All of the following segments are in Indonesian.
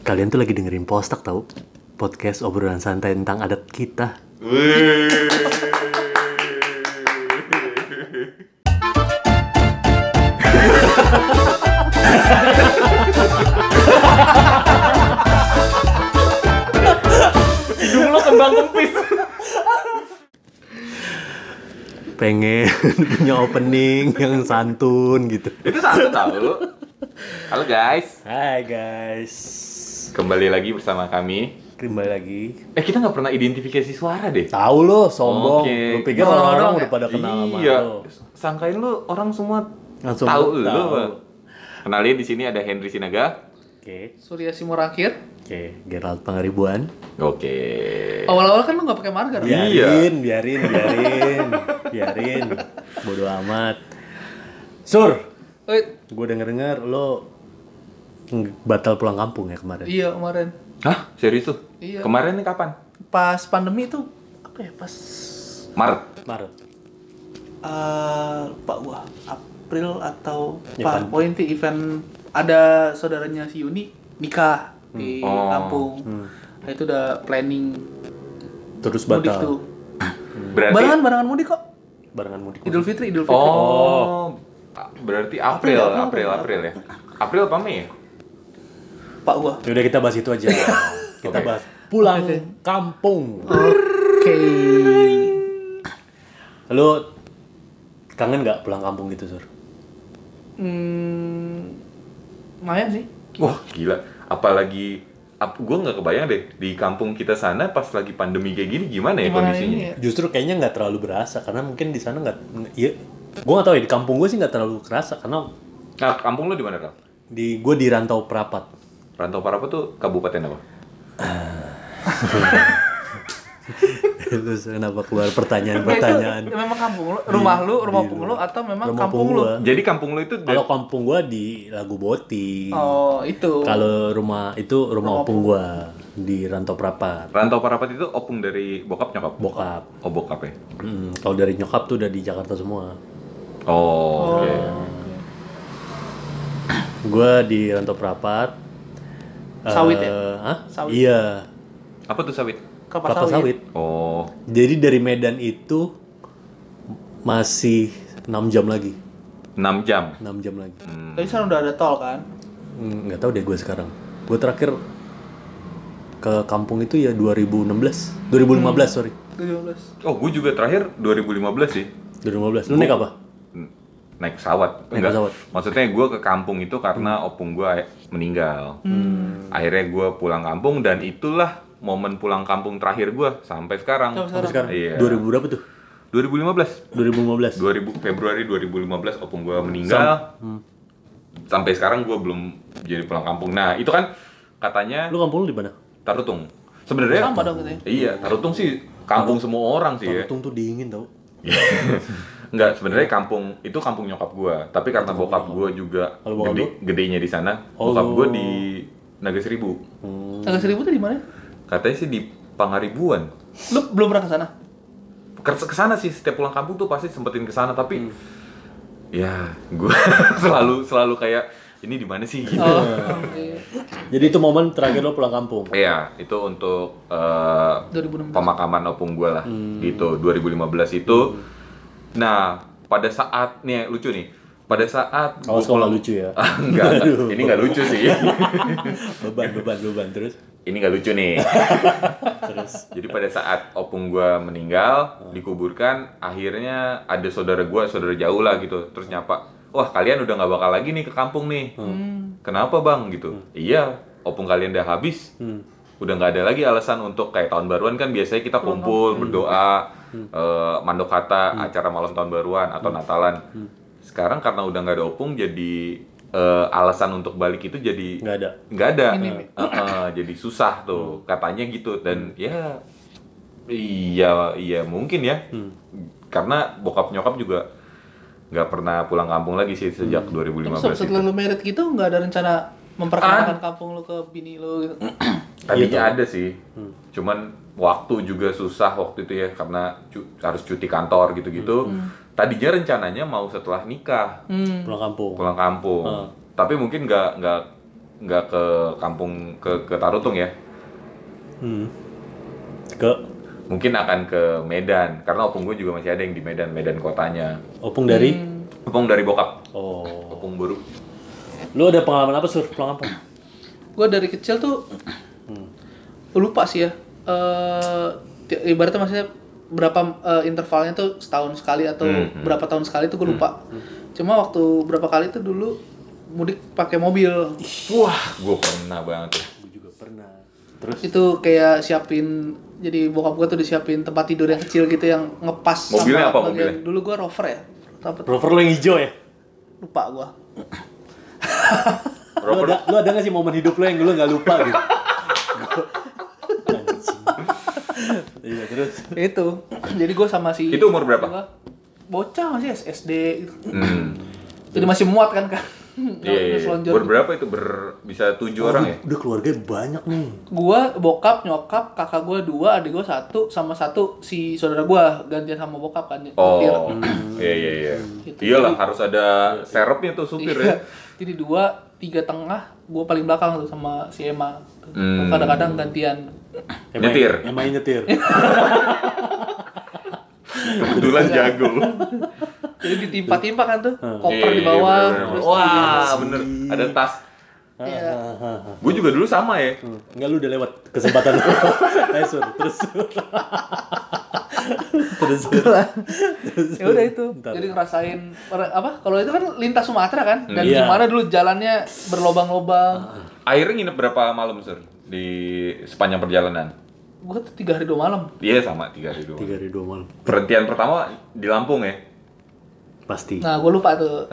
Kalian tuh lagi dengerin Postak tahu? Podcast obrolan santai tentang adat kita. Hidung lo kembang kempis. Pengen punya opening yang santun gitu. Itu satu tahu. Halo guys, Hai guys. kembali lagi bersama kami. Kembali lagi. Kita nggak pernah identifikasi suara deh. Tahu lo, sombong. Oke. Lo pikir Orang-orang orang-orang ya? udah pada kenal sama Iya. lo. Sangkain lu orang semua Langsung tahu lu. tahu. Bang. Kenalin di sini ada Henry Sinaga. Oke. Surya Simorangkir. Oke, Gerald Pangaribuan. Oke. Awal-awal kan lu nggak pakai margar. Iya. Biarin. Bodoh amat. Sur, Eh, gue denger lo batal pulang kampung ya kemarin. iya kemarin. Hah? Serius tuh? Iya. Kemarin nih kapan? Pas pandemi itu apa ya? Pas Maret. Maret. lupa gua April atau Ya, apa? Pokoknya inti event ada saudaranya si Yuni nikah di Oh. kampung. Nah, itu udah planning Terus mudik batal. tuh. Berarti Barengan mudik kok. Barengan mudik. Idul Fitri. Oh. Berarti April April. ya. April apa Mei ya? Pak gua. Yaudah kita bahas itu aja. Kita Oke. bahas pulang Oke. kampung. Oke. Lo kangen nggak pulang kampung gitu, Sur? Lumayan sih. Wah gila, apalagi gue nggak kebayang deh di kampung kita sana pas lagi pandemi kayak gini gimana ya Gimana kondisinya? ini ya? Justru kayaknya nggak terlalu berasa karena mungkin di sana nggak. Iya, gue nggak tahu ya, di kampung gue sih nggak terlalu kerasa karena Nah, kampung lu di mana Kal? gue di Rantau Prapat. Rantau Parapa tuh kabupaten apa? Terus kenapa keluar Nah, pertanyaan-pertanyaan? itu memang kampung lu, rumah pung lu atau memang Rumah kampung pung lu? gua. Jadi kampung lu itu Kalau kampung gue di Lagu Boti. Oh, itu. Kalau rumah itu rumah opung gue di Rantau Prapat. Rantau Parapat itu opung dari bokap nyokap? Bokap. Oh bokap ya? Kalau dari nyokap tuh udah di Jakarta semua. Oh, oke. Gue di Rantau Prapat. Sawit ya? Hah? Sawit. Iya. Apa tuh sawit? Kelapa sawit. Oh, Jadi dari Medan itu masih 6 jam lagi. 6 jam. 6 jam lagi. Tapi sekarang udah ada tol kan? Nggak tahu deh gue sekarang. Gue terakhir ke kampung itu ya 2016. 2015 sorry. 17. Oh, gue juga terakhir 2015 sih. 2015. Lu naik apa? Naik pesawat. Naik Enggak. pesawat. Maksudnya gue ke kampung itu karena opung gue meninggal. Akhirnya gue pulang kampung dan itulah momen pulang kampung terakhir gue sampai sekarang. Sampai sekarang. Iya. 2000 berapa tuh? 2015. 2015. Februari 2015 opung gue meninggal. Sampai sekarang gue belum jadi pulang kampung. Nah, itu kan katanya Lu kampung lu di mana? Tarutung. Sebenarnya Sama dong gitu ya. Iya, Tarutung sih kampung semua orang sih ya. Tarutung tuh dingin tau. Enggak, sebenarnya kampung itu kampung nyokap gua. Tapi karena bokap gua juga Kalau bokap lu? gedenya di sana, Oh. bokap gua di Naga Seribu. Tanggal 1000 tuh di mana? Katanya sih di Pangaribuan. Lu belum pernah ke sana? Kesana sih setiap pulang kampung tuh pasti sempetin kesana, tapi ya gua selalu kayak ini di mana sih gitu. Oh, iya. Jadi itu momen terakhir lo pulang kampung. Iya, itu untuk 2016. pemakaman opung gua lah. Gitu, 2015 itu. Nah, pada saat nih lucu nih. Pada saat Awas kalau nggak lucu ya. enggak, ini nggak lucu sih. beban terus. Ini nggak lucu nih. Terus. Jadi pada saat opung gua meninggal, dikuburkan, akhirnya ada saudara jauh lah gitu, terus nyapa, wah kalian udah nggak bakal lagi nih ke kampung nih. Kenapa bang gitu? Iya, opung kalian udah habis. Udah nggak ada lagi alasan untuk kayak tahun baruan kan biasanya kita kumpul berdoa, mandok kata, acara malam tahun baruan atau Natalan. Sekarang karena udah nggak ada opung, jadi alasan untuk balik itu jadi Nggak ada. Minim jadi susah tuh katanya gitu dan ya iya mungkin ya karena bokap nyokap juga nggak pernah pulang kampung lagi sih sejak 2015 Setelah itu. lu merit gitu nggak ada rencana memperkenalkan kampung lu ke bini lu gitu? Tadinya ada sih, cuman waktu juga susah waktu itu ya karena harus cuti kantor gitu-gitu. Tadinya rencananya mau setelah nikah Pulang kampung. pulang kampung, tapi mungkin nggak nggak ke kampung ke Tarutung ya. Ke Mungkin akan ke Medan karena opung gue juga masih ada yang di Medan kotanya. opung dari. Opung dari bokap. Oh. Opung baru. Lu ada pengalaman apa Sur pulang kampung? Gue dari kecil tuh lupa sih ya. Ibaratnya maksudnya berapa intervalnya tuh setahun sekali atau berapa tahun sekali tuh gue lupa. Cuma waktu berapa kali tuh dulu mudik pakai mobil. Wah, gue pernah banget. Gue juga pernah. Terus Itu kayak siapin, jadi bokap gue tuh disiapin tempat tidur yang kecil gitu yang ngepas Mobilnya sama apa bagian- mobilnya? Dulu gue Rover ya. Rover lo yang hijau ya? Lupa gue. Lu ada gak sih momen hidup lo yang lu gak lupa gitu? Iya terus. Itu. Jadi gue sama si Itu umur berapa? gua bocah masih SD gitu. Hmm. Jadi masih muat kan kan. Iya. Selonjor. Berberapa itu bisa 7 orang ya? Udah keluarga banyak nih. Gua, bokap, nyokap, kakak gua 2, adik gua 1, sama 1 si saudara gua gantian sama bokap kan. nyetir. Oh, iya. Gitu. Iyalah harus ada serepnya tuh supir ya. Iya. Jadi 2, 3 tengah, gua paling belakang tuh sama si Emma. Hmm. Kadang-kadang gantian. Nyetir. Emang nyetir. Kebetulan jago. Jadi ditimpa-timpa kan tuh, koper Iya, di bawah. bener-bener. Terus Wah, bener. Ada tas. Iya. Gue juga dulu sama ya. Enggak, lu udah lewat kesempatan lu. Ayo Sur, terus. Terus. Ya udah itu. Ntar. Jadi ngerasain apa? Kalau itu kan lintas Sumatera kan, dan Iya. gimana dulu jalannya berlobang-lobang. Akhirnya nginep berapa malam, Sur? Di sepanjang perjalanan? Gua tuh 3 hari 2 malam. Iya, sama 3 hari doang. 3 hari 2 malam. Perhentian pertama di Lampung ya? Pasti. Nah, gua lupa tuh.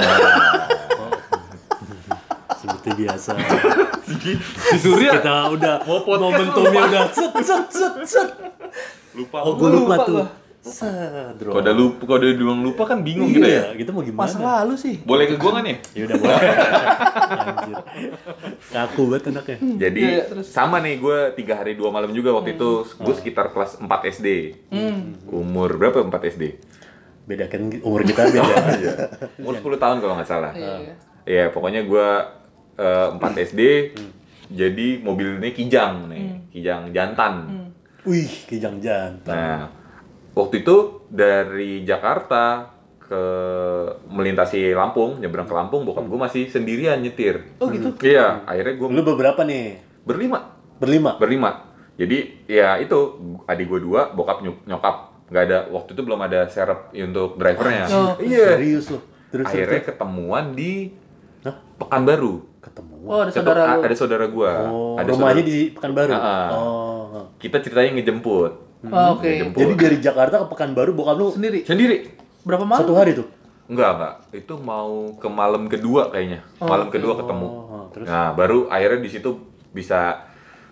Seperti biasa. Si Surya Kita udah Mau podcast momentumnya udah set. lupa. Oh, Gua gue lupa lupa tuh. gua. Set, bro. Kalau udah lupa, kalau udah bilang lupa kan bingung gitu ya. Iya, kita mau gimana? Masa lalu sih. Boleh ke gua kan ya? Ya udah boleh. Anjir. Kaku banget anaknya. Jadi Iya, terus. sama nih gue 3 hari 2 malam juga waktu itu. Gue sekitar kelas 4 SD. Umur berapa 4 SD? Beda kan umur kita beda. Iya. Umur 10 tahun kalau nggak salah. Iya. Iya, pokoknya gue 4 SD. Jadi mobil ini Kijang nih, Kijang jantan. Wih, kijang jantan. Nah, waktu itu dari Jakarta ke melintasi Lampung, nyebrang ke Lampung, bokap gue masih sendirian nyetir. Oh gitu. Iya, akhirnya gue Lu beberapa nih? berlima. Berlima. Jadi ya itu adik gue 2, bokap nyokap. Nggak ada, waktu itu belum ada serep untuk drivernya. Oh. Iya. Serius lu. Terus Akhirnya terus. ketemuan di Hah? Pekanbaru. Ketemu. Oh, ada saudara lu. Ada saudara gue. Oh, ada rumahnya di Pekanbaru. Ah. Oh. Kita ceritanya ngejemput. Oh, oke. Ngejemput. Jadi dari Jakarta ke Pekanbaru bokap lu Sendiri. Sendiri. Berapa malam? 1 hari tuh. Enggak. Itu mau ke malam kedua kayaknya. Malam kedua ketemu. Oh, terus Nah, baru akhirnya di situ bisa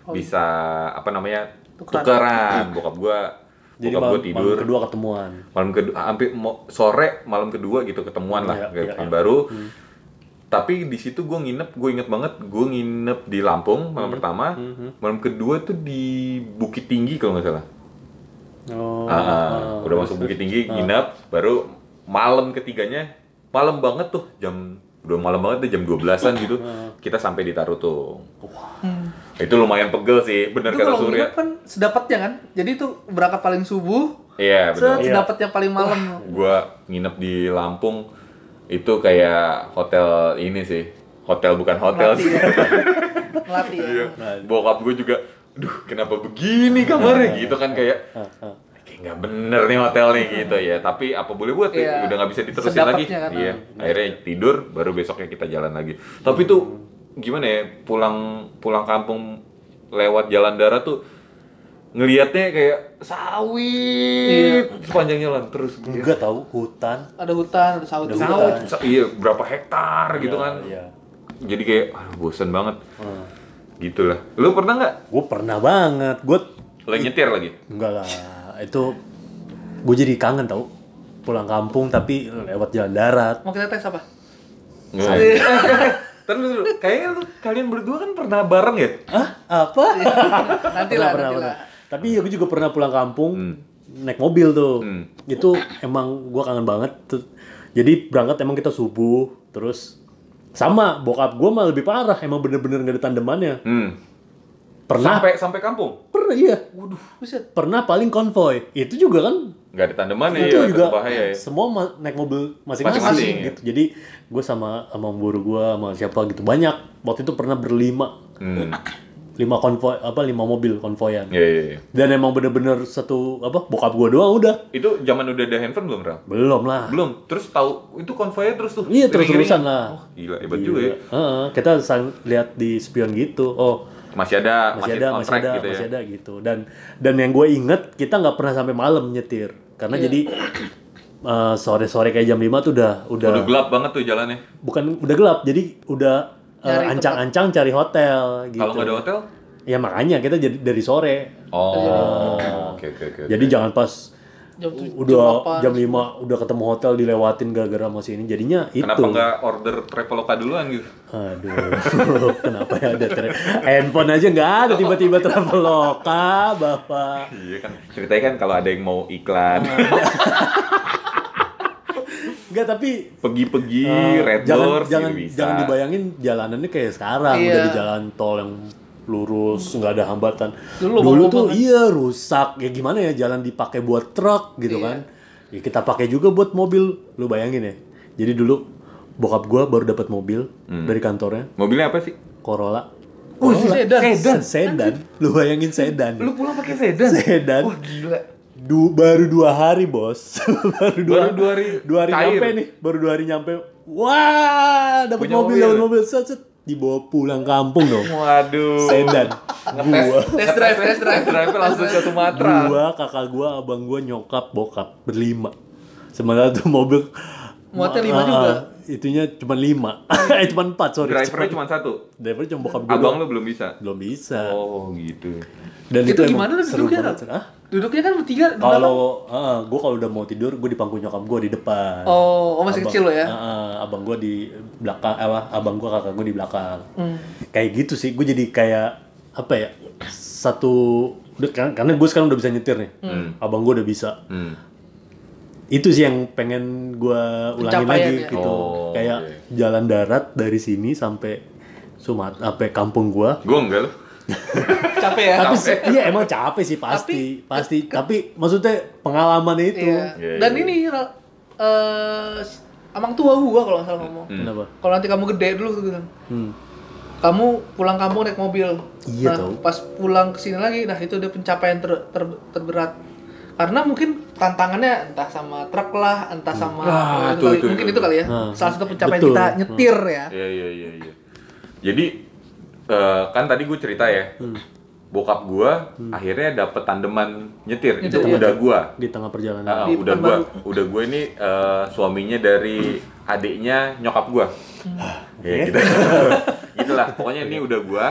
apa namanya? Tukeran. Bokap gua jadi bokap gua malam tidur. kedua ketemuan. Malam kedua hampir sore malam kedua gitu ketemuan lah Iya, kayak iya. baru. Tapi di situ gue inget banget gue nginep di Lampung malam pertama. Malam kedua tuh di Bukit Tinggi kalau nggak salah. Oh. Udah masuk Bukit Tinggi nginep, baru malam ketiganya malam banget tuh udah malam banget deh jam 12-an gitu. Kita sampai di Tarutung. Itu lumayan pegel sih, bener Itu kata kalau Surya. nginep kan sedapatnya kan. Jadi itu berangkat paling subuh, Iya benar. sedapatnya paling malam. Gua nginep di Lampung itu kayak hotel ini sih. Hotel bukan hotel Melatih sih. ya. Melatih ya. Iya. Bokap gue juga, duh kenapa begini kamarnya gitu kan kayak nggak bener nih hotel nih gitu ya. Tapi apa boleh buat Iya. udah nggak bisa diterusin lagi. Sedapatnya kan. Iya. Akhirnya tidur, baru besoknya kita jalan lagi. Tapi tuh gimana ya, pulang kampung lewat jalan darat tuh ngelihatnya kayak sawit sepanjang jalan terus. Enggak tahu hutan. Ada hutan, ada sawit Ada juga. hutan. Iya, berapa hektar gitu Iya, kan. Iya. Jadi kayak bosan banget. Gitu lah. Lu pernah nggak? Gue pernah banget. Gue Lo nyetir lagi? enggak lah. Itu gue jadi kangen tau. Pulang kampung tapi lewat jalan darat. Mau kita tes apa? Terus kayaknya kalian berdua kan pernah bareng ya? Hah? Apa? Nanti lah, nanti lah. Tapi ya gue juga pernah pulang kampung naik mobil tuh. Itu emang gue kangen banget. Jadi berangkat emang kita subuh, terus Sama, bokap gue mah lebih parah, emang bener-bener gak ada tandemannya. Pernah, Sampai kampung. pernah iya. Buset. Pernah paling konvoy. Itu juga kan Nggak ada tandemannya itu ya, juga tetap bahaya ya. semua naik mobil Masing-masing, masing-masing ya. gitu. Jadi gue sama guru gue sama siapa gitu banyak. Waktu itu pernah berlima, 5 konvoy 5 mobil konvoyan. Iya. Dan emang bener-bener satu bokap gue doang udah. Itu zaman udah ada handphone belum, Ram? Belum lah. Belum. Terus tahu itu konvoynya terus tuh. Iya terus-terusan iring-iringan. lah. Oh, gila, hebat juga ya. Heeh, kita lihat di spion gitu. Oh, Masih ada on masih track ada, gitu masih ya. ada gitu. Dan yang gue inget kita nggak pernah sampai malam nyetir karena jadi sore-sore kayak jam 5 tuh udah Udah gelap banget tuh jalannya. bukan udah gelap jadi udah Nyari ancang-ancang cari hotel gitu. Kalau nggak ada hotel? Ya makanya kita jadi dari sore. Oh, oke. Jadi jangan pas Jam 7, udah jam 8, jam 5 udah ketemu hotel dilewatin gara-gara masih ini jadinya itu. Kenapa nggak order Traveloka duluan gitu? Aduh, kenapa ya ada handphone aja nggak ada tiba-tiba Traveloka, Bapak. Iya kan, ceritanya kan kalau ada yang mau iklan, Enggak, tapi pergi-pergi, Red jangan Doors jangan gitu bisa. jangan dibayangin jalanannya kayak sekarang Iya. udah di jalan tol yang lurus nggak ada hambatan. Dulu Dulu tuh kan. iya rusak ya gimana ya jalan dipakai buat truk gitu Iya. kan. Ya kita pakai juga buat mobil. Lu bayangin ya. Jadi dulu bokap gua baru dapat mobil dari kantornya Mobilnya apa sih? Corolla. Oh, sedan. Sedan. Lu bayangin sedan. Lu pulang pakai sedan? Sedan. Wah gila. Baru 2 hari bos. baru Baru dua hari cair. nyampe nih. Baru 2 hari nyampe. Wah, dapat Punya mobil, mobil. dapat mobil. Set, dibawa pulang kampung dong. Waduh. Sedan. Gua, Test drive. Langsung ke Sumatera. kakak gua, abang gua, nyokap, bokap berlima. Sementara tuh mobil Muatnya 5 juga. Itunya cuma 5. Cuma 4, sorry. Drivernya cuma satu. Driver cuma bokap gua. Abang doang. lu belum bisa. Belum bisa. Oh gitu. Dan Itu emang gimana lu seru duduknya, banget. Ram? Hah? Duduknya kan bertiga di belakang. Kalau gue kalau udah mau tidur, gue di pangku nyokap gue di depan. Oh, masih kecil lo ya? Abang gue di belakang, abang gue kakak gue di belakang. Kayak gitu sih, gue jadi kayak apa ya? Karena gue sekarang udah bisa nyetir nih. Abang gue udah bisa. Itu sih yang pengen gue ulangin Pencapaian lagi ya? gitu. Oh, Kayak jalan darat dari sini sampai sampai kampung gue. Gue enggak loh. Capek ya? Tapi iya emang capek sih pasti. Tapi maksudnya pengalaman itu. Iya. Iya, Dan iya. ini amang tua gua kalau nggak salah ngomong. Kenapa? Kalau nanti kamu gede dulu tuh gitu. Kamu pulang kampung naik mobil. Iya, nah, tau. pas pulang ke sini lagi, nah itu udah pencapaian terberat. Karena mungkin tantangannya entah sama truk lah, entah sama mungkin itu kali ya. Salah satu pencapaian betul. kita nyetir ya. Iya. Jadi kan tadi gue cerita ya, bokap gue akhirnya dapet tandeman nyetir. Itu Nyetir, udah gue. Di tengah perjalanan. Di Udah gue ini suaminya dari adiknya nyokap gue. Ya gitu. Gitulah. Pokoknya ini udah gue.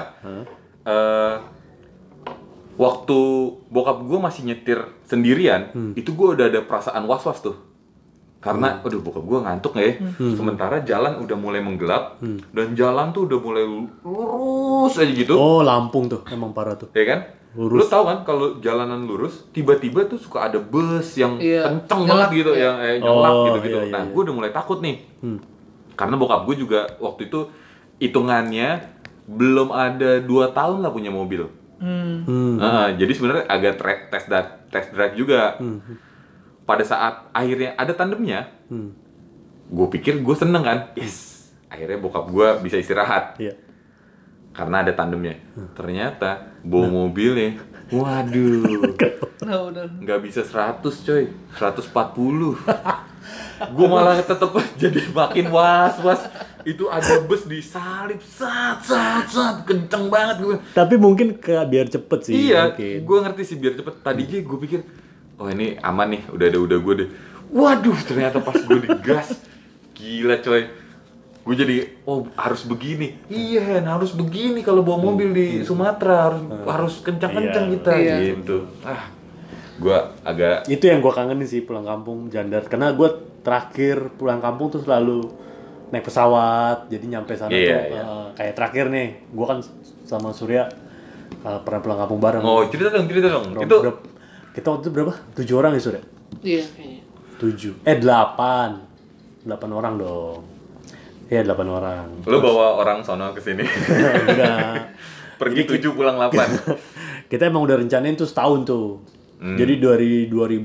Waktu bokap gue masih nyetir sendirian, itu gue udah ada perasaan was-was tuh. Karena, aduh bokap gue ngantuk nggak ya? Sementara jalan udah mulai menggelap, dan jalan tuh udah mulai lurus aja gitu. Oh, Lampung tuh emang parah tuh. Ya kan? Lurus. Lu tahu kan kalau jalanan lurus, tiba-tiba tuh suka ada bus yang Iya, kenceng nyelak, banget gitu, iya. yang nyelak Oh, gitu-gitu. iya, Nah, iya. gue udah mulai takut nih. Karena bokap gue juga waktu itu hitungannya belum ada 2 tahun lah punya mobil. Jadi sebenarnya agak test drive juga. Pada saat akhirnya ada tandemnya, gue pikir gue seneng kan. Yes, akhirnya bokap gue bisa istirahat. Iya. Karena ada tandemnya. Ternyata bawa mobilnya, waduh, Nah, udah. nggak bisa 100 coy, 140. Gue malah tetep jadi makin was-was. Itu ada bus disalip, sat, kenceng banget gue. Tapi mungkin biar cepet sih. Iya, mungkin. gue ngerti sih biar cepet. Tadinya gue pikir, oh ini aman nih, udah gue deh. Waduh, ternyata pas gue digas, gila coy. Gue jadi, oh harus begini. Iya, harus begini kalau bawa mobil di Sumatera, harus kencang-kencang Iya. kita Iya. gitu. Gue agak Itu yang gue kangenin sih pulang kampung Jandar. Karena gue terakhir pulang kampung tuh selalu naik pesawat. Jadi nyampe sana Iya, tuh iya. kayak terakhir nih. Gue kan sama Surya pernah pulang kampung bareng. Oh, cerita dong. Kita waktu itu berapa? 7 orang ya Surya? Iya, kayaknya. 7. 8 orang dong. Iya 8 orang. Lu bawa orang sono ke sini. Enggak. Pergi 7 pulang 8. Kita emang udah rencanain tuh setahun tuh. Jadi dari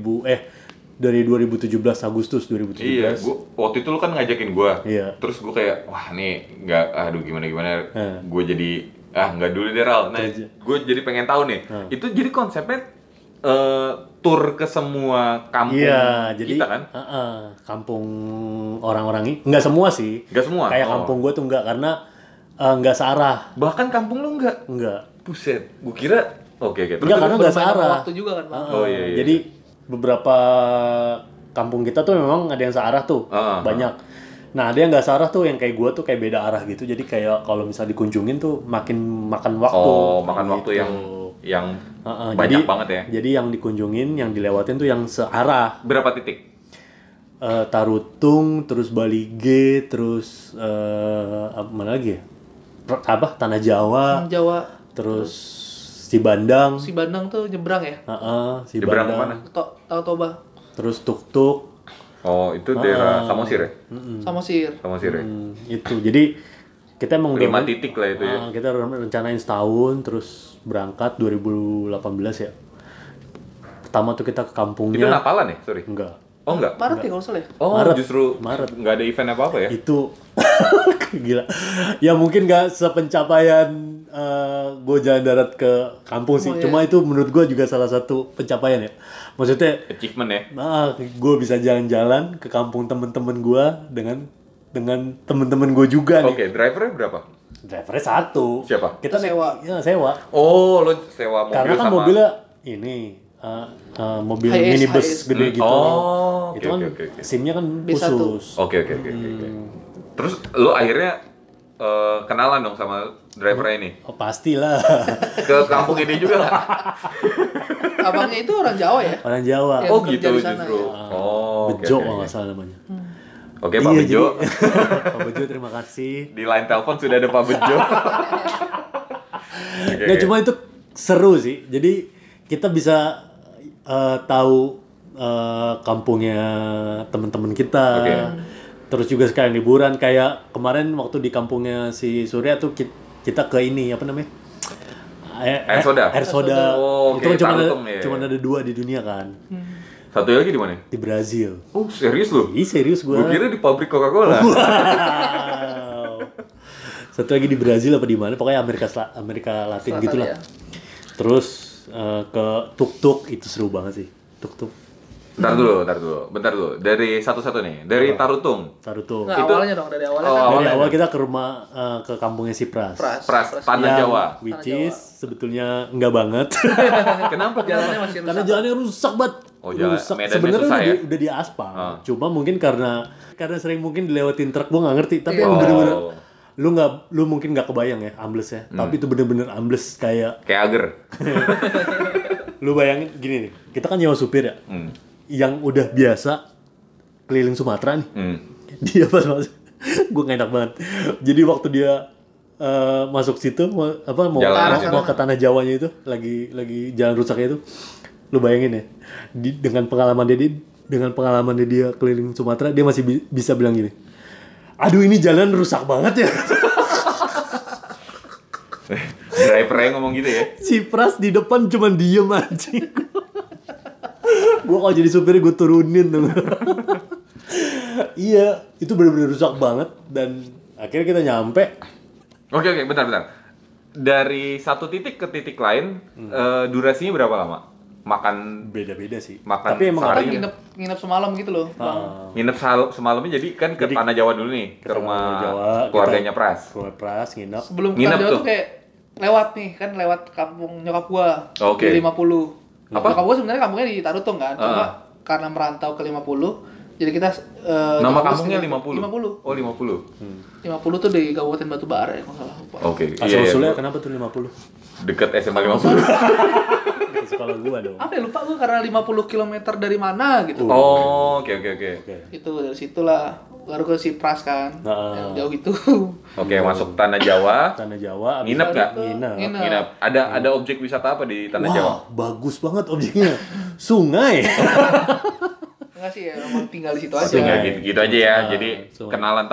2017 Agustus 2017. Iya, waktu itu lu kan ngajakin gua. Iya. Terus gua kayak, wah nih aduh gimana. Gua jadi nggak dulu deh Ral. Nah, gua jadi pengen tahu nih. Itu jadi konsepnya tur ke semua kampung kita kan? Kampung orang-orang ini nggak semua sih. Nggak semua. Kayak kampung gua tuh nggak, karena nggak searah. Bahkan kampung lu nggak? Nggak. Buset, gua kira oke. Terus Nggak, karena nggak searah. Waktu juga kan, Bang. Iya. Jadi beberapa kampung kita tuh memang ada yang searah tuh, banyak. Nah ada yang nggak searah tuh, yang kayak gua tuh kayak beda arah gitu. Jadi kayak kalau misal dikunjungin tuh makin makan waktu. Oh, makan waktu yang banyak banget ya. Jadi yang dikunjungin, yang dilewatin tuh yang searah. Berapa titik? Tarutung, terus Bali G, terus mana lagi ya? Tanah Jawa. Jawa. Terus Cibandang. Cibandang tuh nyebrang ya? Nyebrang mana? Tahu Toba. Terus Tuk-Tuk. Oh, itu daerah Samosir ya? Samosir ya? Itu. Jadi kita emang 5 titik lah itu ya. Kita rencanain setahun, terus berangkat 2018 ya. Pertama tuh kita ke kampungnya. Itu Napalan ya? Sorry. Enggak. Oh enggak? Maret ya kalau salah ya? Oh, Maret. justru Maret. nggak ada event apa-apa ya? Itu gila. Ya mungkin nggak sepencapaian gue jalan darat ke kampung sih. Cuma itu menurut gue juga salah satu pencapaian ya. Maksudnya Achievement ya? gue bisa jalan-jalan ke kampung temen-temen gue dengan temen-temen gue juga nih. Oke, drivernya berapa? Drivernya satu. Siapa? Kita sewa. Ya, sewa. Oh, lo sewa mobil Karena kan sama... mobilnya ini mobil Hiace, minibus Hiace. gede gitu. Oh, Itu kan oke. SIM-nya kan B1. khusus. Oke. Terus lo akhirnya kenalan dong sama drivernya ini? Oh, pastilah. Ke kampung ini juga nggak? Abangnya itu orang Jawa ya? Orang Jawa. Ya. Oh kerja gitu di sana, justru. ya. Oh, oke. Bejo kalau nggak salah namanya. Oke, Pak Iya, Bejo. Pak Bejo terima kasih. Di line telepon sudah ada Pak Bejo. Nggak, cuma itu seru sih. Jadi kita bisa tahu kampungnya teman-teman kita. Oke. Terus juga sekalian liburan, kayak kemarin waktu di kampungnya si Surya tuh kita ke ini apa namanya? Air soda. Air soda. Oh, Itu kan oke, Tarutung, ya. cuma ada 2 di dunia kan. Satu lagi di mana? Di Brazil. Oh, serius lu? Ih, serius gue. Gue kira di pabrik Coca-Cola. Wow. Satu lagi di Brazil apa di mana? Pokoknya Amerika Latin Selatan gitulah. ya. Terus ke Tuk-Tuk, itu seru banget sih. Tuk-Tuk. Bentar dulu. Dari satu-satu nih. Dari Tarutung. Tarutung. Nggak, awalnya dong, dari awalnya Oh, kan. Dari awalnya awal kita ke rumah ke kampungnya si Pras. Pras, Tanah Jawa. Which is sebetulnya enggak banget. Kenapa? Jalannya masih Karena rusak. jalannya rusak banget. Oh, jalan- Rusak. medannya Sebenarnya susah ya? udah di aspal. Cuma mungkin karena sering mungkin dilewatin truk, gua nggak ngerti. Tapi Iya. yang bener-bener Oh. lu mungkin nggak kebayang ya amblesnya. Tapi itu bener-bener ambles kayak Kayak ager. lu bayangin gini nih. Kita kan nyewa supir ya. Yang udah biasa keliling Sumatera nih. Dia pas masuk, gue gak enak banget. Jadi waktu dia masuk situ mau ke tanah Jawanya itu, lagi jalan rusaknya itu, lu bayangin ya, dengan pengalaman dia keliling Sumatera, dia masih bisa bilang gini, aduh ini jalan rusak banget ya. Drivernya ngomong gitu ya? Si Pras di depan cuman diem aja. Gue kalau jadi supir gue turunin tuh. Iya, itu benar-benar rusak banget dan akhirnya kita nyampe. Oke, bentar. Dari satu titik ke titik lain, durasinya berapa lama? Makan Beda-beda sih. Makan Tapi emang sehari. Kita nginep semalam gitu loh, Bang. nginep semalamnya, jadi kan ke Tanah Jawa dulu nih, ke rumah Jawa, keluarganya Pras. Keluar Pras nginep. Sebelum ke Nginep Tanah Jawa tuh. tuh kayak lewat kampung nyokap gua. Oke. Di 50. Apa? Nyokap gua sebenarnya kampungnya di Tarutung kan. Cuma karena merantau ke 50, jadi kita Nama nyokap gua kampungnya sendiri. 50? 50. Oh, 50. 50 tuh di Kabupaten Batubara ya kalau salah lupa. Oke, Asal-usulnya kenapa tuh 50? Deket SMA 50. Ke sekolah gua dong. Apa ya, lupa gua karena 50 km dari mana gitu. Oh, oke. Itu dari situlah baru ke si Pras kan. Yang jauh itu. Oke, masuk Tanah Jawa. Tanah Jawa. Nginep nggak? Nginep. Ada objek wisata apa di Tanah Jawa? Wah, bagus banget objeknya. Sungai. Enggak sih ya, emang tinggal di situ aja. Tinggal gitu aja ya. Jadi sungai. kenalan. Tapi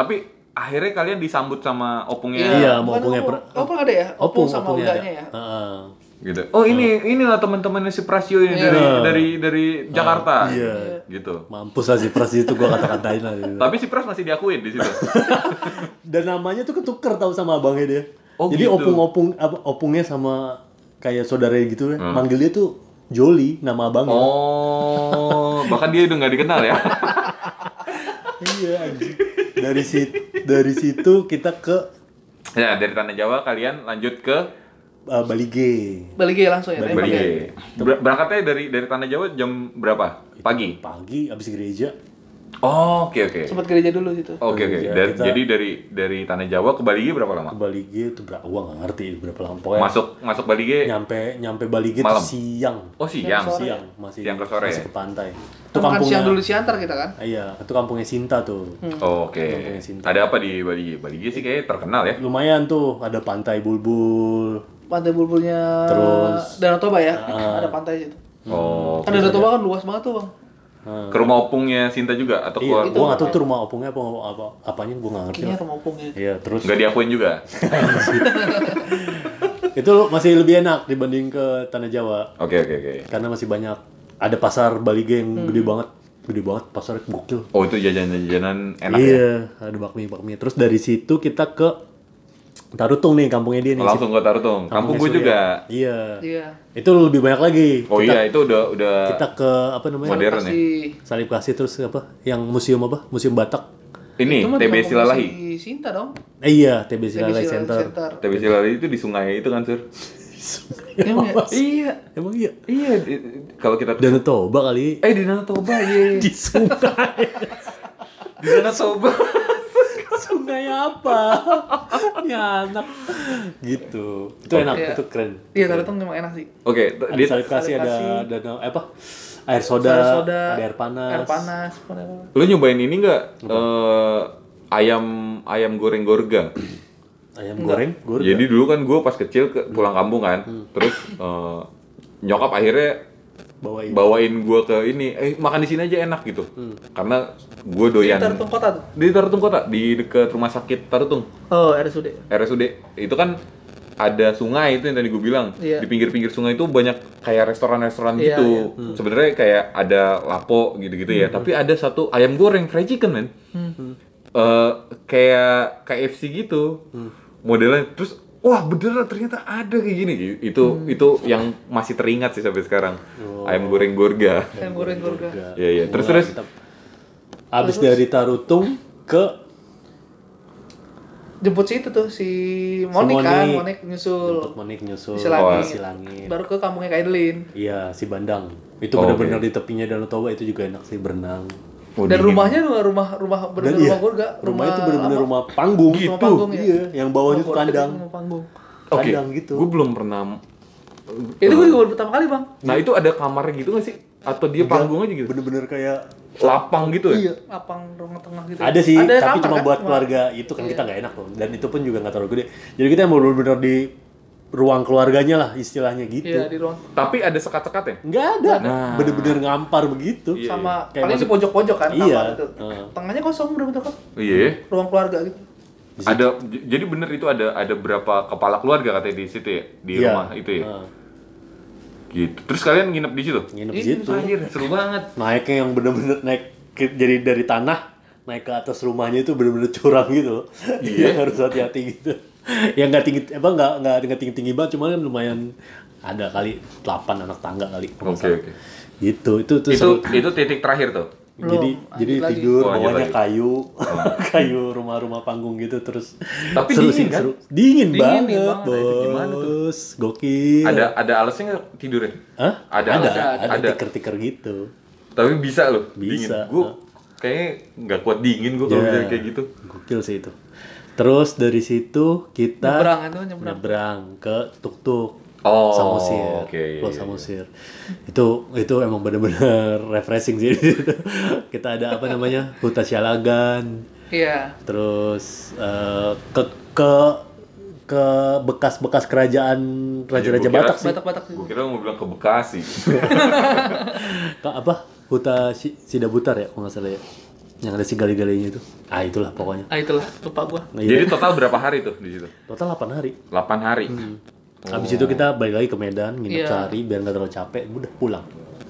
akhirnya kalian disambut sama opungnya. Iya, bukan mau opungnya opung ada ya? Opung sama opungnya udanya ada. ya? Heeh. Gitu. Oh inilah teman-temannya si Prasio ini dari Jakarta. Iya. Gitu. Mampus lah si Pras itu gua kata-katain lah. Gitu. Tapi si Pras masih diakuin di situ. Dan namanya tuh ketuker tahu sama abangnya dia. Oh, jadi gitu. opungnya sama kayak saudara gitu ya. Manggil dia tuh Joli nama abangnya. Oh, bahkan dia udah nggak dikenal ya. Iya anjing. Dari situ kita ke Ya, dari Tanah Jawa kalian lanjut ke Bali G. Balik langsung ya? Bali. tembak ya? Berangkatnya dari Tanah Jawa jam berapa? Pagi. Pagi abis gereja. Oh, oke. Sempat gereja dulu situ. Oke. Ya, Jadi dari Tanah Jawa ke Bali berapa lama? Ke Bali G itu berapa? Gua nggak ngerti berapa lama. Pokoknya Masuk Bali G. nyampe Bali G Malam. tuh siang. Oh, siang. Siang masih Siang ke sore masih ya? ke pantai. Itu Kan makan kampungnya. siang dulu siantar kita kan? Iya, itu kampungnya Sinta tuh. Oh, oke. Kampungnya Sinta. Ada apa di Bali G? Bali G sih kayaknya terkenal ya. Lumayan tuh, ada pantai Bulbul. Pantai Bulbulnya Terus, Danau Toba ya? Ada pantai situ. Oh. Kan Danau Toba kan luas banget tuh bang. Ke rumah opungnya Sinta juga atau Iya, keluar? gua nggak tahu tuh rumah opungnya apanya gua nggak ngerti. Kayaknya lah. rumah opungnya. Iya, terus Nggak diakuin juga. itu masih lebih enak dibanding ke Tanah Jawa Oke. karena masih banyak ada pasar Bali G yang gede banget pasarnya gokil. Oh, itu jajanan-jajanan enak ya? Iya, ada bakmi. Terus dari situ kita ke Tarutung nih, kampungnya dia nih. Langsung ke Tarutung. Kampung gue Surya. juga. Iya. Iya. Itu lebih banyak lagi. Oh iya, itu udah Kita ke apa namanya? modern ya. Salib Kasih terus apa? Yang museum apa? Museum Batak. Ini Itu mah TB di kampung Silalahi. si Sinta dong. Iya, TB TB Silalahi Center. TB Silalahi itu di sungai itu kan, Sur? Emang ya? Iya. Emang iya. Iya, kalau kita Danau Toba kali. di Danau Toba ya. Di sungai. Di Danau Toba. Sungai apa? Ya anak. Gitu. Itu enak, Iya. itu keren. Iya, Tarutung memang enak sih. Oke, Ada dia Salib Kasih, Salib ada Kasih. danau apa? Air soda, ada air panas. Air panas. lu nyobain ini enggak ayam goreng gorga? Ayam goreng, Jadi dulu kan gue pas kecil pulang kampung kan, terus nyokap akhirnya bawain gue ke ini, makan di sini aja enak gitu, karena gue doyan Tarutung kota tuh. di Tarutung Kota, di dekat rumah sakit Tarutung, Oh, RSUD. RSUD. Itu kan ada sungai itu yang tadi gue bilang, Iya. di pinggir-pinggir sungai itu banyak kayak restoran-restoran Iya, gitu. Sebenarnya kayak ada lapo gitu-gitu ya, tapi ada satu ayam goreng fried chicken men, kayak KFC gitu modelnya. Terus wah beneran ternyata ada kayak gini. Itu yang masih teringat sih sampai sekarang. Ayam goreng gorga. Ayam goreng gorga. Iya. Terus Habis dari Tarutung ke Jemput si itu tuh si Monik kan, Monik. Monik nyusul. Jemput Monik nyusul Di Silangit. Silangit. Baru ke kampungnya Kaidelin. Iya, si Bandang. Itu Oh, benar-benar di tepinya Danau Toba, itu juga enak sih berenang. Dan rumahnya rumah bener Dan rumah gorga, rumah itu benar-benar lama. rumah panggung. Rumah panggung ya? Iya, yang bawahnya tuh Rumah gorga, kandang. Rumah panggung. Oke, Kandang gitu. gue belum pernah. Itu gue juga baru pertama kali bang. Nah itu ada kamarnya gitu nggak sih? Atau dia panggung aja gitu? Bener-bener kayak Lapang gitu ya? Iya. Lapang ruang tengah gitu. Ada sih, tapi kamar, cuma kan? buat keluarga. Itu kan kita nggak enak loh. Dan itu pun juga nggak terlalu gede. Jadi kita yang bener-bener di ruang keluarganya lah istilahnya gitu. Iya di ruang. Tapi ada sekat-sekatnya? Nggak ada. Nah. Bener-bener ngampar begitu. Sama Kayak paling di masuk- pojok-pojok kan Iya. kamar itu. Tengahnya kosong bener-bener kan. Iya. Ruang keluarga gitu. Jadi bener itu ada berapa kepala keluarga katanya di situ ya? Di Iya. rumah itu ya? Gitu. Terus kalian nginep di situ? Nginep di Iya, situ. Anjir, seru banget. Naiknya yang bener-bener jadi dari tanah naik ke atas rumahnya itu bener-bener curam gitu loh. Iya. Harus hati-hati gitu. Ya nggak tinggi, nggak tinggi banget, cuma kan lumayan ada kali 8 anak tangga kali. Oke. Gitu, itu seru. Itu titik terakhir tuh. Jadi lanjut lagi. tidur Oh, lanjut bawahnya lagi. kayu, kayu rumah-rumah panggung gitu terus. Tapi seru dingin sih, kan? seru. Dingin banget, banget. Nah, itu gimana tuh? bos. Gokil. Ada alasnya nggak tidurnya? Hah? Ada ada, alasnya? Ada. tiker-tiker gitu. Tapi bisa loh. Bisa. Gue kayaknya nggak kuat dingin gue kalau Iya. bisa kayak gitu. Gokil sih itu. Terus dari situ kita Nyebrang. nyebrang ke tuk-tuk. Oh, Samosir, oke, iya, Pulau iya. Samosir. Itu emang bener-bener refreshing sih. Kita ada apa namanya Huta Sialagan, Iya. terus ke bekas-bekas kerajaan raja-raja Gua kira- Batak sih. Batak-batak Gue kira mau bilang ke Bekasi. Ke apa Huta Sidabutar ya kalau nggak salah ya. Yang ada si gali-galinya itu. Itulah pokoknya. Itulah, lupa gua. Nah, Jadi total berapa hari tuh di situ? total 8 hari. 8 hari. Habis itu kita balik lagi ke Medan, nginep Iya. sehari biar nggak terlalu capek, udah pulang.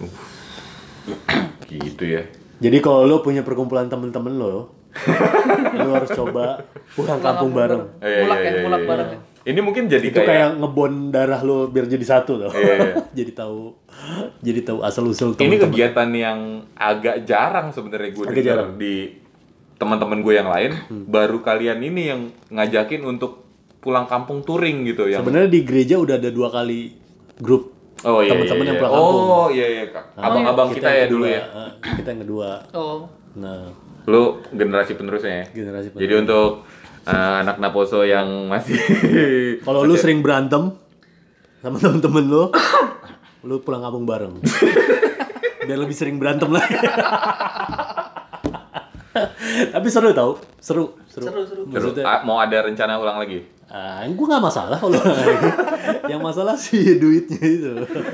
Gitu ya. Jadi kalau lo punya perkumpulan temen-temen lo, lo harus coba pulang kampung bareng. Mulak ya, mulak bareng ya. Ini mungkin jadi Itu kayak ngebond darah lo biar jadi satu loh. Iya. jadi tahu asal usul ini temen-temen. kegiatan yang agak jarang sebenarnya gue Agak dengar jarang. di teman-teman gue yang lain. Baru kalian ini yang ngajakin untuk pulang kampung touring gitu yang. Sebenarnya di gereja udah ada 2 kali grup Oh iya. teman-teman iya, yang iya. pulang kampung. Oh iya iya Kak. Abang-abang kita yang ya kedua, dulu ya. Kita yang kedua. Oh. Nah, Lu generasi penerusnya ya. generasi Jadi untuk anak Naposo yang masih kalau lu sering berantem sama temen-temen lu pulang kampung bareng. Biar lebih sering berantem lagi. Tapi seru tau, seru. Seru. Maksudnya, mau ada rencana ulang lagi? gue nggak masalah kalau yang masalah sih duitnya itu.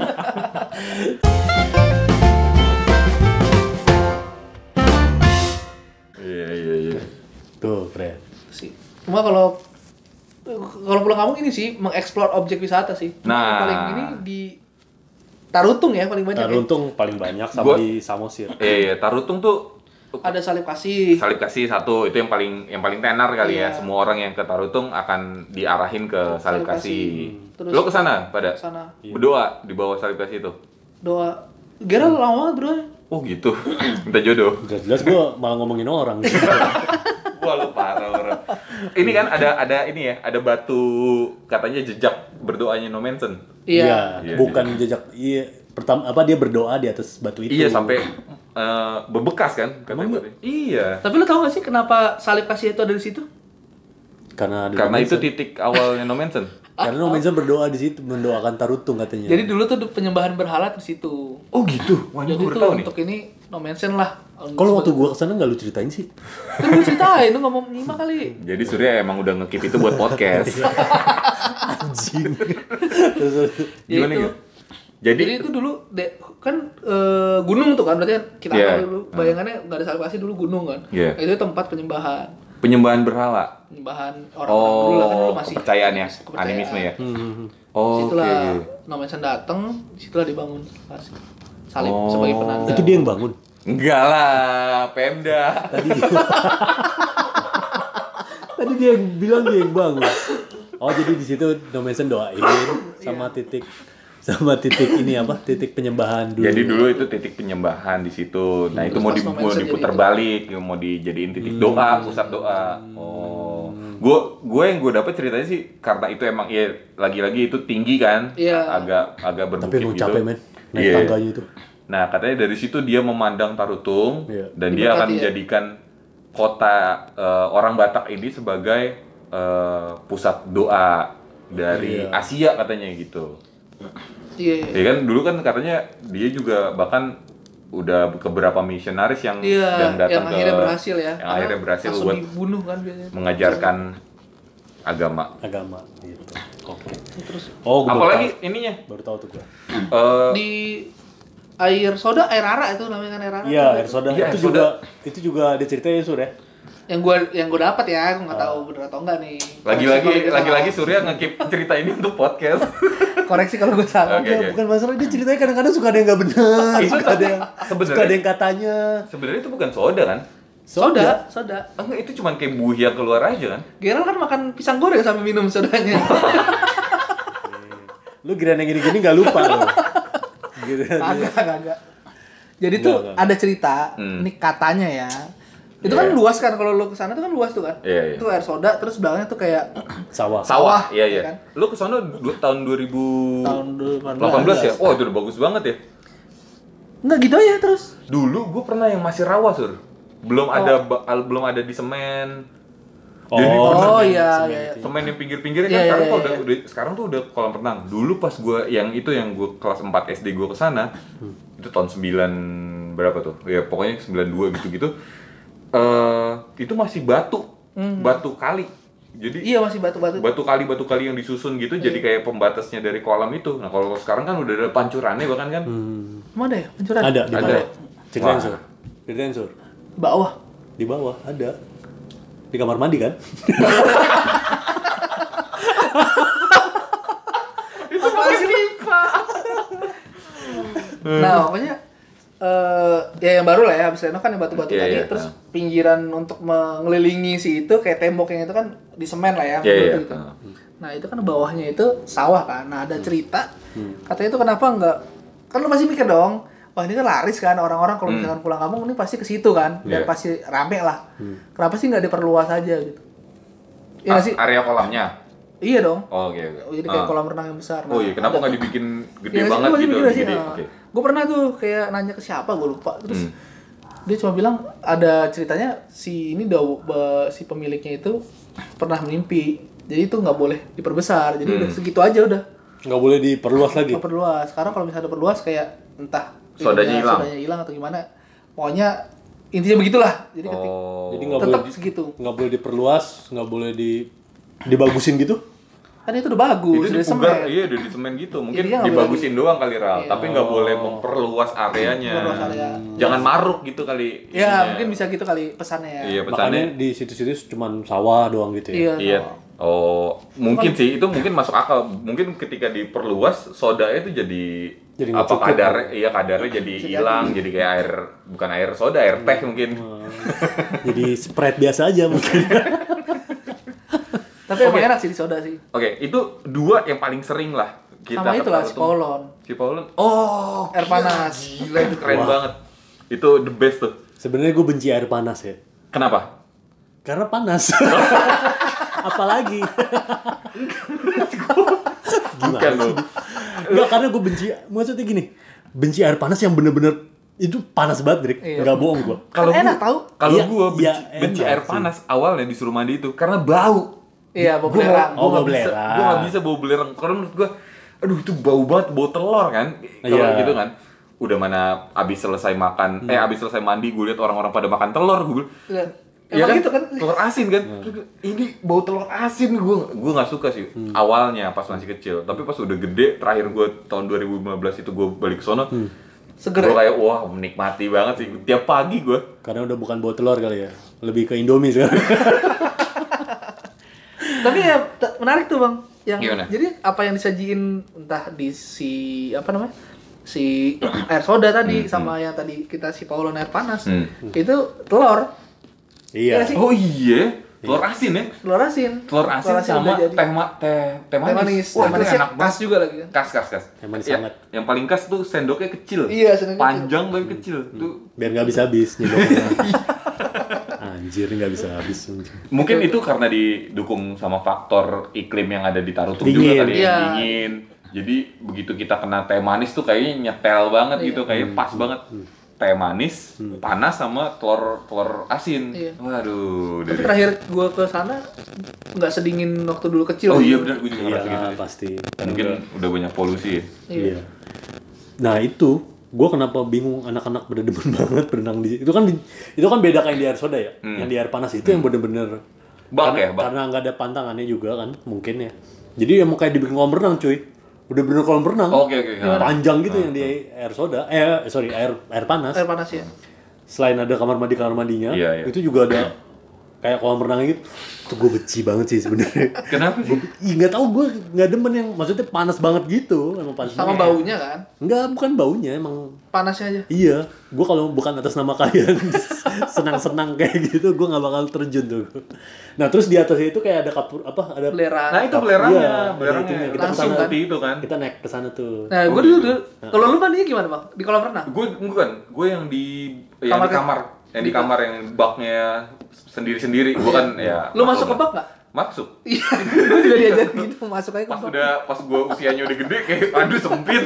Iya. Tuh keren. Sih. Cuma kalau pulang kampung ini sih mengeksplor objek wisata sih. Nah. Yang paling ini di Tarutung ya paling banyak. Taruntung paling banyak sama Gua- di Samosir. Iya, Tarutung tuh Ada salib kasih. salib kasih satu itu yang paling tenar kali ya. Iya. Semua orang yang ke Tarutung akan diarahin ke salib Salib kasih. kasih. Terus Lo kesana pada Sana berdoa di bawah salib kasih itu. doa. Gerald lama banget bro. Oh gitu. Minta jodoh. Jelas gue malah ngomongin orang. Wah lu parah orang. Ini kan ada ini ya, ada batu katanya jejak berdoanya No Manson. Iya. Iya, Bukan jejak. Iya. Pertama dia berdoa di atas batu itu. Iya sampai bebekas kan katanya. Iya. Tapi lo tau gak sih kenapa salib kasih itu ada di situ? Karena Karena itu titik awalnya No Manson. Karena No Manson berdoa di situ, mendoakan Tarutung katanya. Jadi dulu tuh penyembahan berhala di situ. Oh gitu. Wah, ini Jadi gue tuh baru tahu nih. untuk ini No Mansion lah. Kalau waktu gua kesana nggak lu ceritain sih. Kan gue ceritain lu ngomong 5 kali. Jadi Surya emang udah nge-keep itu buat podcast. Anjing. Ya Gimana itu. gitu? Jadi itu dulu kan gunung tuh kan berarti kan kita Iya. tahu dulu bayangannya nggak ada salib kasih dulu gunung kan. Iya. Itu tempat penyembahan penyembahan berhala. orang-orang dulu lah kan dulu masih kepercayaan ya, kepercayaan. animisme ya. Hmm. Oh, oke. Situlah No Mansion dateng, situlah dibangun salib Oh. sebagai penanda. Itu dia yang bangun. Enggak lah, Pemda. Tadi dia yang bilang dia yang bangun. Oh jadi di situ No Manson doain sama titik ini apa? Titik penyembahan dulu. Jadi dulu itu titik penyembahan di situ. Nah, itu mau Terus pas mau Manson diputar jadi balik, mau dijadiin titik doa, pusat doa. Oh. Gue yang gue dapat ceritanya sih karena itu emang ya lagi-lagi itu tinggi kan. Iya. Agak berbukit Tapi emang gitu. capek men, naik Iya. tangganya itu. Nah, katanya dari situ dia memandang Tarutung Iya. dan dia akan Diberkati ya. menjadikan kota orang Batak ini sebagai pusat doa dari Iya. Asia katanya gitu. Iya. Ya kan dulu kan katanya dia juga bahkan udah ke beberapa misionaris yang Iya, datang yang ke akhirnya berhasil ya. yang akhirnya berhasil langsung buat dibunuh kan biasanya. mengajarkan agama. Agama gitu. Oke. Terus Oh, gua Apalagi ininya baru tahu tuh gua. eh, di air soda, air ara itu namanya kan air ara. Iya, tuh. air soda. Iya, itu air juga itu juga ada ceritanya Sur ya. Yang gua dapat ya, gua nggak tahu bener atau enggak nih. lagi-lagi Surya nge-keep cerita ini untuk podcast. Koreksi kalau gua salah. Oke, oke. Bukan masalah dia ceritanya kadang-kadang suka ada yang nggak benar, Itu suka ada yang sebenarnya- suka ada yang katanya. Sebenarnya itu bukan soda kan? Soda. Enggak, itu cuma kayak buih yang keluar aja kan? Gerald kan makan pisang goreng sambil minum sodanya. Lu kira yang gini-gini nggak lupa lo. Gitu. Kagak. Jadi tuh Enggak. ada cerita, Hmm. ini katanya ya. Itu kan Iya. luas kan kalau lu kesana tuh kan luas tuh kan. Iya, iya. Itu air soda terus belakangnya tuh kayak Sawah. Sawah, iya ya iya. kan? Lu kesana tahun 2018 tahun 2018 ya? Oh, itu udah bagus banget ya. Enggak gitu aja terus. Dulu gue pernah yang masih rawa, Sur. Belum ada di semen. Jadi Oh bener, iya semen iya. itu. semen yang pinggir-pinggirnya kan Iya, sekarang iya, tuh iya. sekarang tuh udah kolam renang. Dulu pas gue yang gue kelas 4 SD gue kesana, itu tahun 9 berapa tuh? Ya pokoknya 92 gitu-gitu. Itu masih batu kali. Jadi Iya masih batu-batu. batu kali yang disusun gitu jadi kayak pembatasnya dari kolam itu. Nah kalau sekarang kan udah ada pancurannya bahkan kan. Mana ya? Pancuran. Ada di Ada. mana? Ceritain Wah. Sur. Ceritain Sur. Bawah. Di bawah ada. Di kamar mandi kan? Apaan sih lu? Nah, pokoknya ya yang baru lah ya, abis renov kan yang batu-batu Iya, tadi, iya. terus pinggiran untuk mengelilingi si itu kayak tembok yang itu kan di semen lah ya, Iya, iya. gitu. Nah itu kan bawahnya itu sawah kan, nah ada cerita katanya itu kenapa enggak, kan lu pasti mikir dong, wah ini kan laris kan orang-orang kalau misalkan pulang kampung ini pasti ke situ kan, dan Iya. pasti rame lah, kenapa sih nggak diperluas aja gitu? Iya nggak sih? Area kolamnya. Iya dong. Oh, oke oke. Jadi kayak kolam renang yang besar. Oh iya, kenapa nggak dibikin gede Iya, banget gua gitu? juga sih, Gede. nah. Oke. Gue pernah tuh kayak nanya ke siapa, gue lupa. Terus dia cuma bilang ada ceritanya si ini si pemiliknya itu pernah mimpi. Jadi itu nggak boleh diperbesar. Jadi udah segitu aja udah. Nggak boleh diperluas lagi. Nggak perluas. Sekarang kalau misalnya diperluas kayak entah Sodanya hilang. sodanya hilang atau gimana. Pokoknya intinya begitulah. Jadi Oh. Jadi nggak tetap boleh segitu. nggak boleh diperluas, nggak boleh dibagusin gitu. Kan itu udah bagus. Itu Udah dipugar, semen. iya udah di semen gitu. Mungkin Jadi dia nggak dibagusin doang kali Ral, Iya. tapi nggak boleh memperluas areanya. Memperluas area. Jangan maruk gitu kali. Ya ininya. mungkin bisa gitu kali pesannya ya. Iya Makanya pesannya. di situ-situ cuman sawah doang gitu ya. Iya. Iya. Oh, mungkin sih itu mungkin masuk akal. Mungkin ketika diperluas soda itu Jadi nggak apa cukup. kadarnya jadi hilang, jadi kayak air, bukan air soda, air teh mungkin. Jadi Sprite biasa aja mungkin. Tapi emang enak sih di soda sih. Oke, itu dua yang paling sering lah kita Sama itulah ketemu. si Paulon. Si Paulon. Oh, Air panas. gila itu keren banget. Itu the best tuh. Sebenarnya gue benci air panas ya. Kenapa? Karena panas. Apalagi. Bukan loh. Enggak, karena gue benci, maksudnya gini. Benci air panas yang bener-bener itu panas banget, Drik. Iya. Enggak bohong gue. Kalau Kan enak gua- tahu. Kalau Iya, gua iya, benci enak air sih. panas awalnya disuruh mandi itu karena bau. Iya, bau Gua belerang. Oh, nggak bau bisa, belerang. gua nggak bisa bau belerang. Karena menurut gua, aduh itu bau banget, bau telur kan. Kalau Iya. gitu kan, udah mana abis selesai makan, abis selesai mandi, gue lihat orang-orang pada makan telur, gue bilang, Iya. iya Emang kan, gitu kan? telur asin kan. Terus gua, ini bau telur asin, gue nggak suka sih. Awalnya pas masih kecil, tapi pas udah gede, terakhir gue tahun 2015 itu gue balik ke sono. Seger. Gue kayak wah menikmati banget sih. Tiap pagi gue. Karena udah bukan bau telur kali ya. Lebih ke Indomie sekarang. Tapi ya menarik tuh, Bang. Yang Gimana? jadi apa yang disajiin entah di si apa namanya? Si air soda tadi sama yang tadi kita si Paulon air panas. Itu telur. Iya. Iya sih. Oh iya, telur asin ya. Telur asin. Telur asin sama udah jadi. teh manis. Teh Wah, itu manisnya enak khas banget. juga lagi kan. Kas. Teh manis Ya, hangat. yang paling khas tuh sendoknya kecil. Iya, sendoknya Panjang tapi kecil. Tuh Biar nggak habis-habis nyedoknya. Anjir, nggak bisa habis. mungkin itu karena didukung sama faktor iklim yang ada di Tarutung Dingin. juga kali ya, Iya. dingin. Jadi begitu kita kena teh manis tuh kayaknya nyetel banget gitu, kayaknya pas banget. Teh manis, panas sama telur asin. Iya. Waduh, Tapi terakhir gua ke sana nggak sedingin waktu dulu kecil. Oh iya benar, gue juga ngerasa gitu. Iya, sih. pasti. Mungkin udah banyak polusi ya. Iya. Nah itu, gue kenapa bingung anak-anak berdemen banget berenang di itu kan beda kayak di air soda ya. Yang di air panas itu yang bener-bener Bak karena, ya, bak. karena nggak ada pantangannya juga kan mungkin ya. Jadi emang kayak dibikin kolam renang cuy. Udah bener kolam renang. Oke. Panjang gitu yang di air soda. Air panas. Air panas ya. Selain ada kamar mandinya, Iya, iya. itu juga ada kayak kolam renang gitu. Itu gue benci banget sih sebenarnya. Kenapa sih? Nggak tahu, gue nggak demen yang maksudnya panas banget gitu. Emang panas Sama banget. baunya kan. Enggak, bukan baunya, emang Panasnya aja. iya. Gue kalau bukan atas nama kalian senang-senang kayak gitu, gue nggak bakal terjun tuh. Nah terus di atasnya itu kayak ada kapur apa? Ada Belerang. Nah itu belerangnya, Iya, belerangnya itunya. Kita Langsung kesana, kan? putih itu kan. kita naik ke sana tuh. Nah, gua dulu kalau lu mandinya gimana, Bang? Di kolam renang? Gue yang di Kamar kan? kamar, yang di kamar yang baknya sendiri-sendiri. Gue kan ya. Lu masuk ke bak nggak? Masuk. Iya, gue juga diajarin gitu, masuk aja ke bak. Pas gue usianya udah gede kayak aduh sempit.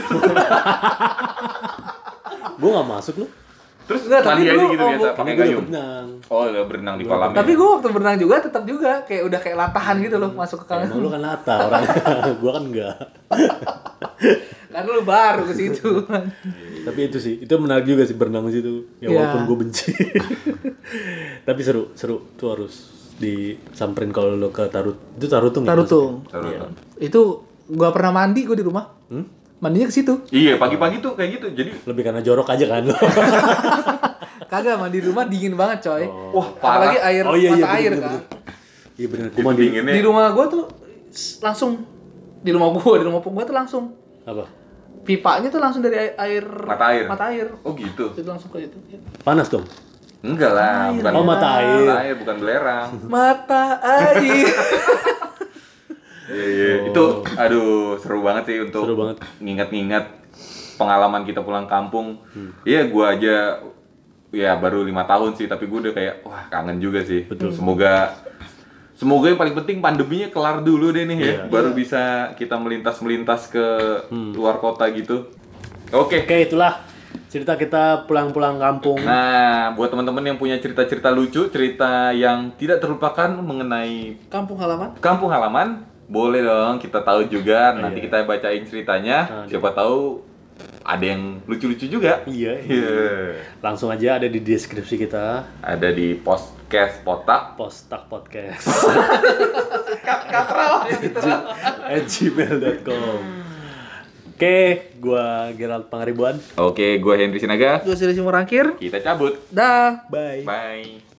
Gue nggak masuk loh. Terus Enggak, tapi mandi aja dulu, gitu biasa gua- pakai Gue udah gayung. berenang. Oh, udah berenang di kolam. Tapi gue waktu berenang juga tetap juga kayak udah kayak latahan gitu loh masuk ke kolam. Emang lu kan lata orang. Gue kan enggak. Karena lu baru ke situ. Tapi itu sih, itu menarik juga sih berenang di situ. Ya Iya. walaupun gue benci. Tapi seru tuh harus disamperin kalau lo ke Itu Tarutung. ya Tarutung. maksudnya? Iya. Itu gua pernah mandi gue di rumah. Mandinya ke situ. Iya, pagi-pagi tuh kayak gitu. Jadi Lebih karena jorok aja kan lo. Kagak, mandi di rumah dingin banget coy. Wah, parah. Apalagi air Oh, iya, mata bener, air bener, kan. bener. Iya benar. Itu dinginnya. Di rumah gua tuh langsung di rumah gua tuh langsung Apa? pipanya tuh langsung dari air Mata air. Oh gitu. Itu langsung ke itu. Panas dong. Enggak lah, bukan Oh, mata air. Mata air bukan belerang. Mata air. Iya. Itu aduh seru banget sih untuk Seru banget. ngingat-ngingat pengalaman kita pulang kampung. Iya, gua aja ya baru 5 tahun sih, tapi gua udah kayak wah kangen juga sih. Betul. Semoga yang paling penting pandeminya kelar dulu deh nih ya, Iya. baru bisa kita melintas ke luar kota gitu. Oke. Oke, itulah cerita kita pulang-pulang kampung. Nah, buat teman-teman yang punya cerita-cerita lucu, cerita yang tidak terlupakan mengenai Kampung halaman. kampung halaman, boleh dong kita tahu juga. Nanti Iya. kita bacain ceritanya. Siapa tahu ada yang lucu-lucu juga. Iya. Iya. Langsung aja ada di deskripsi kita. Ada di podcast Potak. Postak Podcast. Katral. @gmail.com. Oke, gua Gerald Pangaribuan. Oke, gue Henry Sinaga. Gue Siri Simurangkir. Kita cabut. Dah. Bye. Bye.